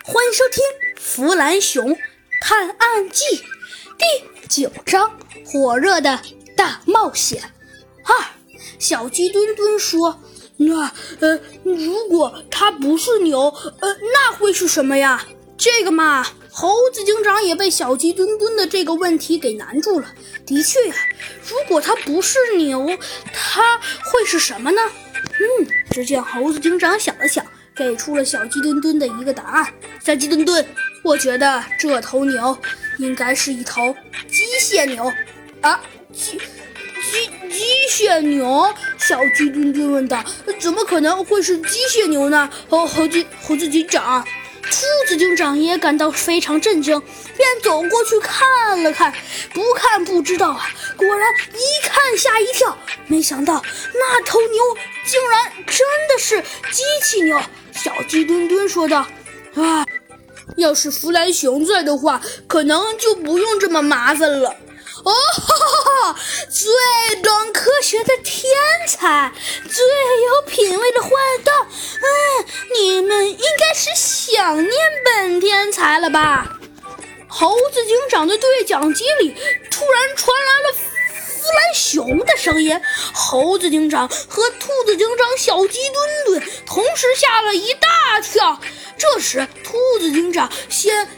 欢迎收听《弗兰熊探案记》第9章：火热的大冒险2。小鸡墩墩说：“如果它不是牛，那会是什么呀？”这个嘛，猴子警长也被小鸡墩墩的这个问题给难住了。的确呀，如果它不是牛，它会是什么呢？只见猴子警长想了想，给出了小鸡墩墩的一个答案。小鸡墩墩，我觉得这头牛应该是一头机械牛啊！机械牛？小鸡墩墩问道。怎么可能会是机械牛呢？猴子警长。兔子警长也感到非常震惊，便走过去看了看。不看不知道啊，果然一看吓一跳。没想到那头牛竟然真的是机器牛。小鸡墩墩说道：“要是弗兰熊在的话，可能就不用这么麻烦了。”最懂科学的天才，最有品味的坏蛋，你们应该是想念本天才了吧？猴子警长的对讲机里突然传来了弗兰熊的声音，猴子警长和兔子警长小鸡墩墩同时吓了一大跳。这时兔子警长先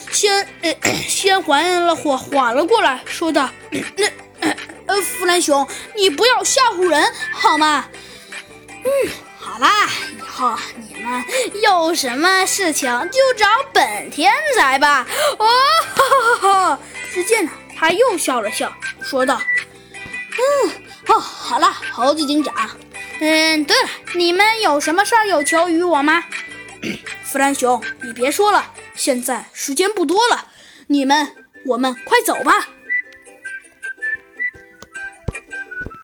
缓了过来，说道：“弗兰熊，你不要吓唬人好吗？”好啦，以后你们有什么事情就找本天才吧。只见他又笑了笑，说道：“好了，猴子警长。对了，你们有什么事儿有求于我吗？”弗兰熊，你别说了，现在时间不多了，我们快走吧。